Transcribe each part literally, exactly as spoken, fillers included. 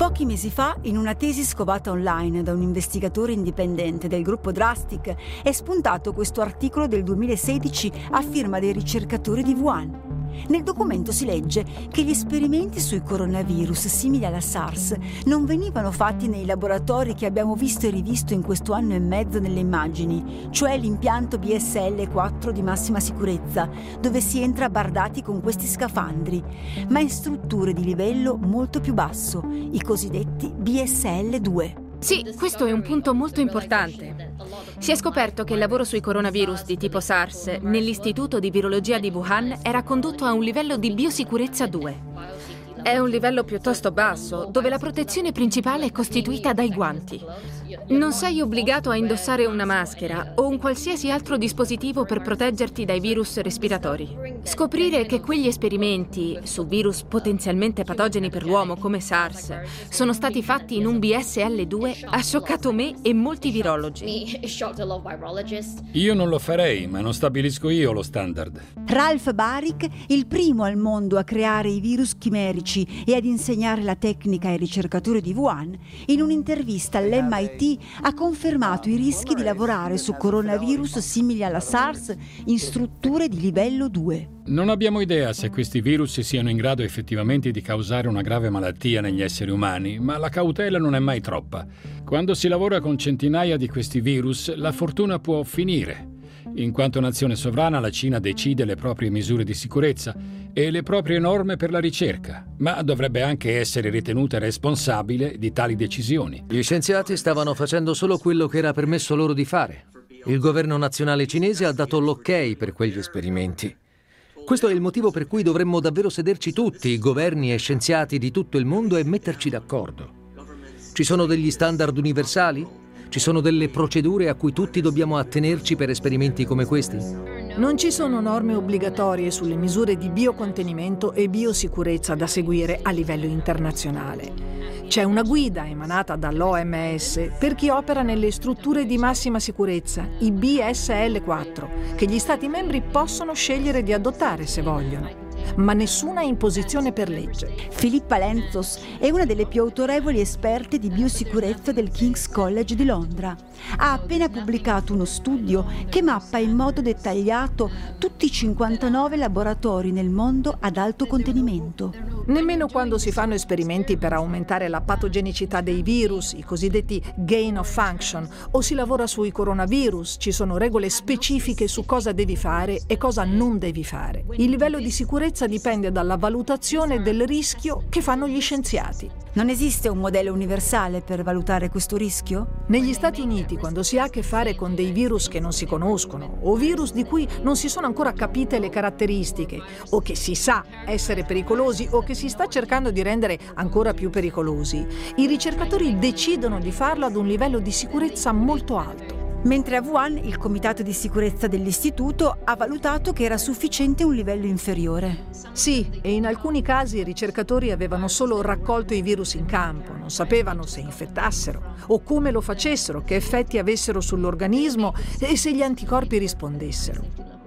Pochi mesi fa, in una tesi scovata online da un investigatore indipendente del gruppo Drastic, è spuntato questo articolo del duemilasedici a firma dei ricercatori di Wuhan. Nel documento si legge che gli esperimenti sui coronavirus simili alla SARS non venivano fatti nei laboratori che abbiamo visto e rivisto in questo anno e mezzo nelle immagini, cioè l'impianto B S L quattro di massima sicurezza, dove si entra bardati con questi scafandri, ma in strutture di livello molto più basso, i cosiddetti B S L due. Sì, questo è un punto molto importante. Si è scoperto che il lavoro sui coronavirus di tipo SARS nell'Istituto di Virologia di Wuhan era condotto a un livello di biosicurezza due. È un livello piuttosto basso, dove la protezione principale è costituita dai guanti. Non sei obbligato a indossare una maschera o un qualsiasi altro dispositivo per proteggerti dai virus respiratori. Scoprire che quegli esperimenti su virus potenzialmente patogeni per l'uomo come SARS sono stati fatti in un B S L due ha scioccato me e molti virologi. Io non lo farei, ma non stabilisco io lo standard. Ralph Baric, il primo al mondo a creare i virus chimerici e ad insegnare la tecnica ai ricercatori di Wuhan, in un'intervista all'M I T ha confermato i rischi di lavorare su coronavirus simili alla SARS in strutture di livello due. Non abbiamo idea se questi virus siano in grado effettivamente di causare una grave malattia negli esseri umani, ma la cautela non è mai troppa. Quando si lavora con centinaia di questi virus, la fortuna può finire. In quanto nazione sovrana, la Cina decide le proprie misure di sicurezza e le proprie norme per la ricerca, ma dovrebbe anche essere ritenuta responsabile di tali decisioni. Gli scienziati stavano facendo solo quello che era permesso loro di fare. Il governo nazionale cinese ha dato l'ok per quegli esperimenti. Questo è il motivo per cui dovremmo davvero sederci tutti, i governi e scienziati di tutto il mondo, e metterci d'accordo. Ci sono degli standard universali? Ci sono delle procedure a cui tutti dobbiamo attenerci per esperimenti come questi? Non ci sono norme obbligatorie sulle misure di biocontenimento e biosicurezza da seguire a livello internazionale. C'è una guida emanata dall'O M S per chi opera nelle strutture di massima sicurezza, i B S L quattro, che gli Stati membri possono scegliere di adottare se vogliono, ma nessuna imposizione per legge. Filippa Lenzos è una delle più autorevoli esperte di biosicurezza del King's College di Londra. Ha appena pubblicato uno studio che mappa in modo dettagliato tutti i cinquantanove laboratori nel mondo ad alto contenimento. Nemmeno quando si fanno esperimenti per aumentare la patogenicità dei virus, i cosiddetti gain of function, o si lavora sui coronavirus, ci sono regole specifiche su cosa devi fare e cosa non devi fare. Il livello di sicurezza dipende dalla valutazione del rischio che fanno gli scienziati. Non esiste un modello universale per valutare questo rischio? Negli Stati Uniti, quando si ha a che fare con dei virus che non si conoscono o virus di cui non si sono ancora capite le caratteristiche, o che si sa essere pericolosi o che si sta cercando di rendere ancora più pericolosi, i ricercatori decidono di farlo ad un livello di sicurezza molto alto. Mentre a Wuhan il comitato di sicurezza dell'istituto ha valutato che era sufficiente un livello inferiore. Sì, e in alcuni casi i ricercatori avevano solo raccolto i virus in campo, non sapevano se infettassero o come lo facessero, che effetti avessero sull'organismo e se gli anticorpi rispondessero.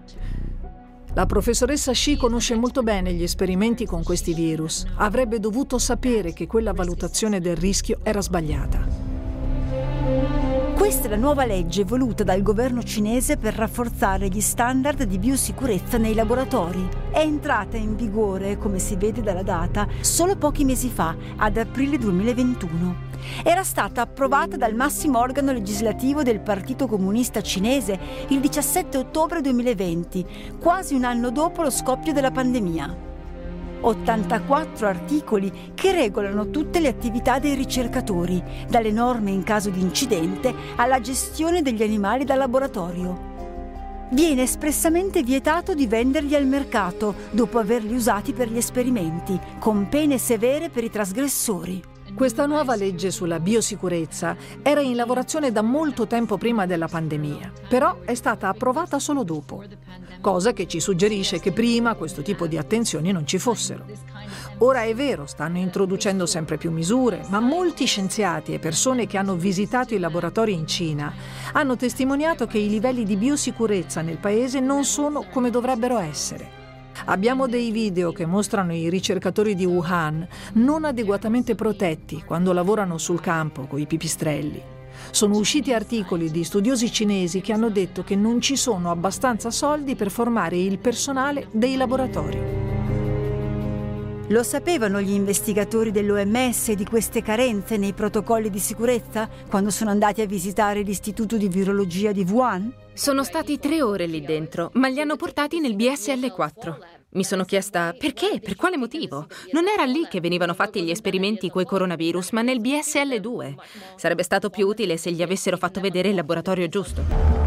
La professoressa Shi conosce molto bene gli esperimenti con questi virus. Avrebbe dovuto sapere che quella valutazione del rischio era sbagliata. Questa è la nuova legge voluta dal governo cinese per rafforzare gli standard di biosicurezza nei laboratori. È entrata in vigore, come si vede dalla data, solo pochi mesi fa, ad aprile duemilaventuno. Era stata approvata dal massimo organo legislativo del Partito Comunista Cinese il diciassette ottobre duemilaventi, quasi un anno dopo lo scoppio della pandemia. ottantaquattro articoli che regolano tutte le attività dei ricercatori, dalle norme in caso di incidente alla gestione degli animali da laboratorio. Viene espressamente vietato di venderli al mercato dopo averli usati per gli esperimenti, con pene severe per i trasgressori. Questa nuova legge sulla biosicurezza era in lavorazione da molto tempo prima della pandemia, però è stata approvata solo dopo, cosa che ci suggerisce che prima questo tipo di attenzioni non ci fossero. Ora è vero, stanno introducendo sempre più misure, ma molti scienziati e persone che hanno visitato i laboratori in Cina hanno testimoniato che i livelli di biosicurezza nel paese non sono come dovrebbero essere. Abbiamo dei video che mostrano i ricercatori di Wuhan non adeguatamente protetti quando lavorano sul campo coi pipistrelli. Sono usciti articoli di studiosi cinesi che hanno detto che non ci sono abbastanza soldi per formare il personale dei laboratori. Lo sapevano gli investigatori dell'O M S di queste carenze nei protocolli di sicurezza quando sono andati a visitare l'Istituto di Virologia di Wuhan? Sono stati tre ore lì dentro, ma li hanno portati nel B S L quattro. Mi sono chiesta perché, per quale motivo? Non era lì che venivano fatti gli esperimenti coi coronavirus, ma nel B S L due. Sarebbe stato più utile se gli avessero fatto vedere il laboratorio giusto.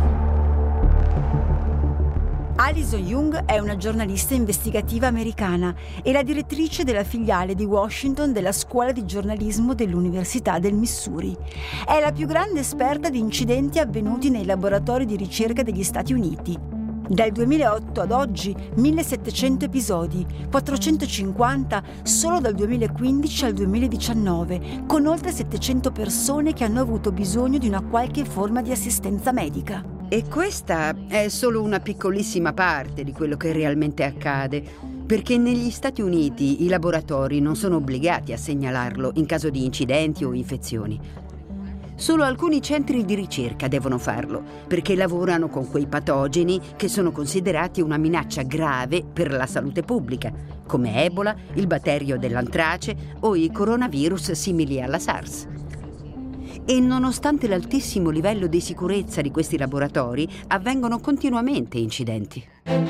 Alison Young è una giornalista investigativa americana e la direttrice della filiale di Washington della Scuola di giornalismo dell'Università del Missouri. È la più grande esperta di incidenti avvenuti nei laboratori di ricerca degli Stati Uniti. Dal duemilaotto ad oggi millesettecento episodi, quattrocentocinquanta solo dal duemilaquindici al duemiladiciannove, con oltre settecento persone che hanno avuto bisogno di una qualche forma di assistenza medica. E questa è solo una piccolissima parte di quello che realmente accade, perché negli Stati Uniti i laboratori non sono obbligati a segnalarlo in caso di incidenti o infezioni. Solo alcuni centri di ricerca devono farlo, perché lavorano con quei patogeni che sono considerati una minaccia grave per la salute pubblica, come Ebola, il batterio dell'antrace o i coronavirus simili alla SARS. E nonostante l'altissimo livello di sicurezza di questi laboratori, avvengono continuamente incidenti.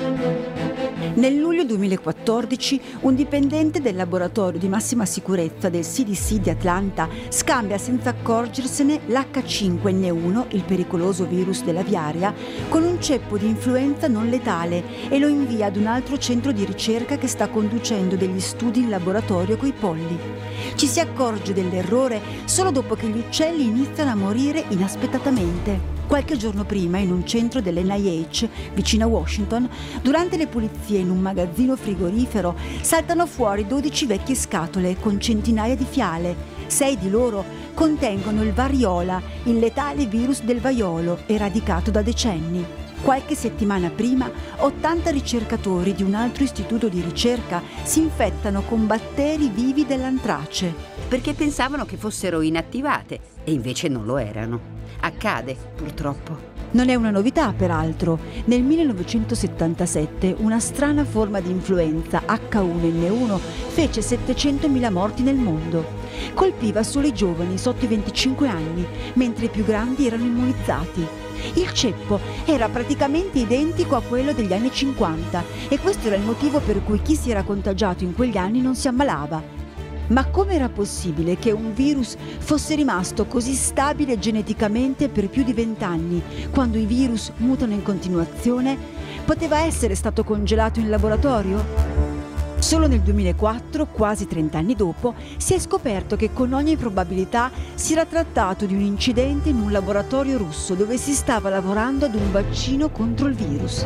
Nel luglio duemilaquattordici un dipendente del laboratorio di massima sicurezza del C D C di Atlanta scambia senza accorgersene l'H cinque N uno, il pericoloso virus dell'aviaria, con un ceppo di influenza non letale e lo invia ad un altro centro di ricerca che sta conducendo degli studi in laboratorio coi polli. Ci si accorge dell'errore solo dopo che gli uccelli iniziano a morire inaspettatamente. Qualche giorno prima, in un centro dell'N I H, vicino a Washington, durante le pulizie in un magazzino frigorifero, saltano fuori dodici vecchie scatole con centinaia di fiale. Sei di loro contengono il variola, il letale virus del vaiolo, eradicato da decenni. Qualche settimana prima, ottanta ricercatori di un altro istituto di ricerca si infettano con batteri vivi dell'antrace. Perché pensavano che fossero inattivate e invece non lo erano. Accade, purtroppo. Non è una novità, peraltro. Nel millenovecentosettantasette una strana forma di influenza H uno N uno fece settecentomila morti nel mondo. Colpiva solo i giovani sotto i venticinque anni, mentre i più grandi erano immunizzati. Il ceppo era praticamente identico a quello degli anni cinquanta e questo era il motivo per cui chi si era contagiato in quegli anni non si ammalava. Ma come era possibile che un virus fosse rimasto così stabile geneticamente per più di vent'anni, quando i virus mutano in continuazione? Poteva essere stato congelato in laboratorio? Solo nel duemilaquattro, quasi trent'anni dopo, si è scoperto che con ogni probabilità si era trattato di un incidente in un laboratorio russo dove si stava lavorando ad un vaccino contro il virus.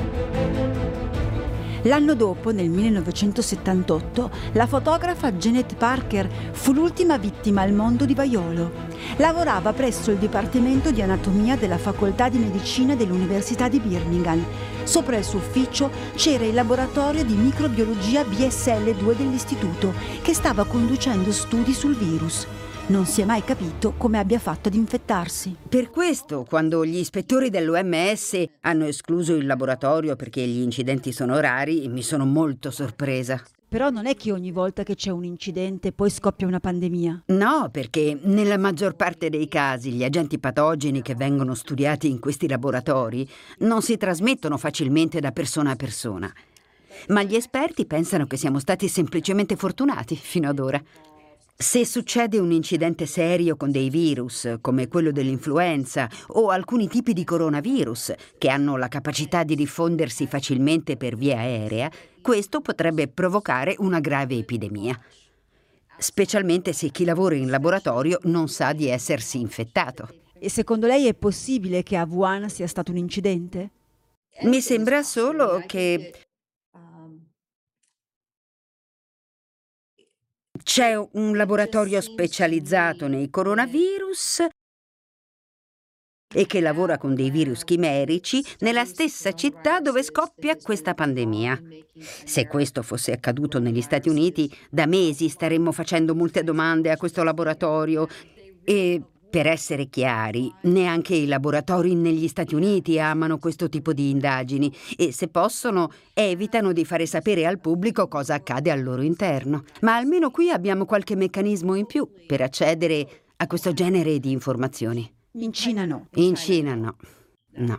L'anno dopo, nel millenovecentosettantotto, la fotografa Janet Parker fu l'ultima vittima al mondo di vaiolo. Lavorava presso il Dipartimento di Anatomia della Facoltà di Medicina dell'Università di Birmingham. Sopra il suo ufficio c'era il laboratorio di microbiologia B S L due dell'istituto, che stava conducendo studi sul virus. Non si è mai capito come abbia fatto ad infettarsi. Per questo, quando gli ispettori dell'O M S hanno escluso il laboratorio perché gli incidenti sono rari, mi sono molto sorpresa. Però non è che ogni volta che c'è un incidente poi scoppia una pandemia. No, perché nella maggior parte dei casi gli agenti patogeni che vengono studiati in questi laboratori non si trasmettono facilmente da persona a persona. Ma gli esperti pensano che siamo stati semplicemente fortunati fino ad ora. Se succede un incidente serio con dei virus, come quello dell'influenza o alcuni tipi di coronavirus che hanno la capacità di diffondersi facilmente per via aerea, questo potrebbe provocare una grave epidemia. Specialmente se chi lavora in laboratorio non sa di essersi infettato. E secondo lei è possibile che a Wuhan sia stato un incidente? Mi sembra solo che c'è un laboratorio specializzato nei coronavirus e che lavora con dei virus chimerici nella stessa città dove scoppia questa pandemia. Se questo fosse accaduto negli Stati Uniti, da mesi staremmo facendo molte domande a questo laboratorio e, per essere chiari, neanche i laboratori negli Stati Uniti amano questo tipo di indagini e, se possono, evitano di fare sapere al pubblico cosa accade al loro interno. Ma almeno qui abbiamo qualche meccanismo in più per accedere a questo genere di informazioni. In Cina no. In Cina no. No.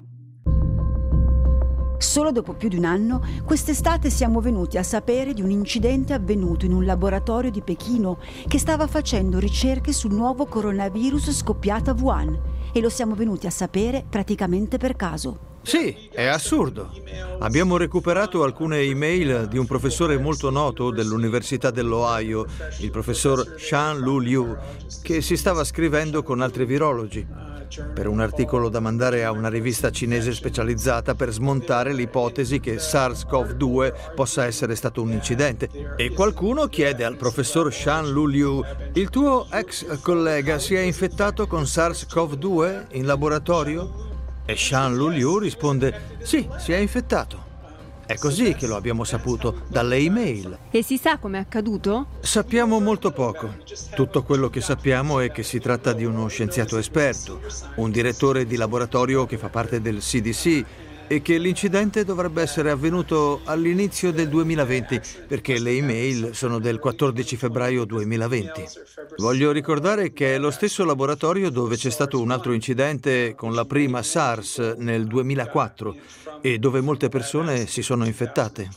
Solo dopo più di un anno, quest'estate siamo venuti a sapere di un incidente avvenuto in un laboratorio di Pechino che stava facendo ricerche sul nuovo coronavirus scoppiato a Wuhan, e lo siamo venuti a sapere praticamente per caso. Sì, è assurdo. Abbiamo recuperato alcune email di un professore molto noto dell'Università dell'Ohio, il professor Shan-Lu Liu, che si stava scrivendo con altri virologi per un articolo da mandare a una rivista cinese specializzata per smontare l'ipotesi che SARS-CoV due possa essere stato un incidente. E qualcuno chiede al professor Shan-Lu Liu: il tuo ex collega si è infettato con SARS-CoV due in laboratorio? E Shan-Lu Liu risponde: sì, si è infettato. È così che lo abbiamo saputo, dalle email. E si sa com'è accaduto? Sappiamo molto poco. Tutto quello che sappiamo è che si tratta di uno scienziato esperto, un direttore di laboratorio che fa parte del C D C, e che l'incidente dovrebbe essere avvenuto all'inizio del duemilaventi, perché le email sono del quattordici febbraio duemilaventi. Voglio ricordare che è lo stesso laboratorio dove c'è stato un altro incidente con la prima SARS nel duemilaquattro e dove molte persone si sono infettate.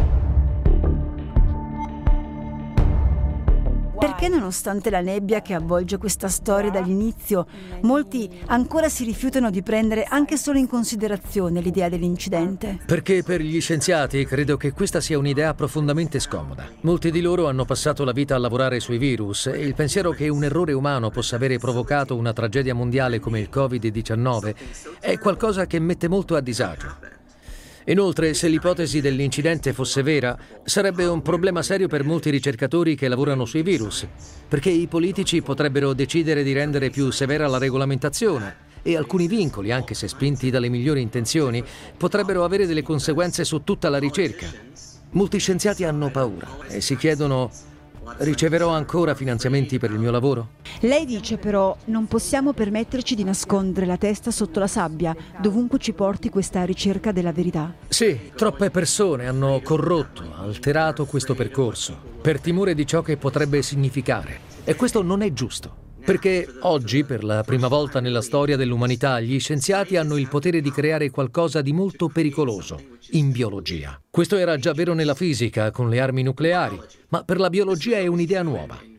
Perché, nonostante la nebbia che avvolge questa storia dall'inizio, molti ancora si rifiutano di prendere anche solo in considerazione l'idea dell'incidente? Perché per gli scienziati credo che questa sia un'idea profondamente scomoda. Molti di loro hanno passato la vita a lavorare sui virus e il pensiero che un errore umano possa avere provocato una tragedia mondiale come il covid diciannove è qualcosa che mette molto a disagio. Inoltre, se l'ipotesi dell'incidente fosse vera, sarebbe un problema serio per molti ricercatori che lavorano sui virus, perché i politici potrebbero decidere di rendere più severa la regolamentazione e alcuni vincoli, anche se spinti dalle migliori intenzioni, potrebbero avere delle conseguenze su tutta la ricerca. Molti scienziati hanno paura e si chiedono: riceverò ancora finanziamenti per il mio lavoro? Lei dice però: non possiamo permetterci di nascondere la testa sotto la sabbia, dovunque ci porti questa ricerca della verità. Sì, troppe persone hanno corrotto, alterato questo percorso, per timore di ciò che potrebbe significare. E questo non è giusto. Perché oggi, per la prima volta nella storia dell'umanità, gli scienziati hanno il potere di creare qualcosa di molto pericoloso in biologia. Questo era già vero nella fisica, con le armi nucleari, ma per la biologia è un'idea nuova.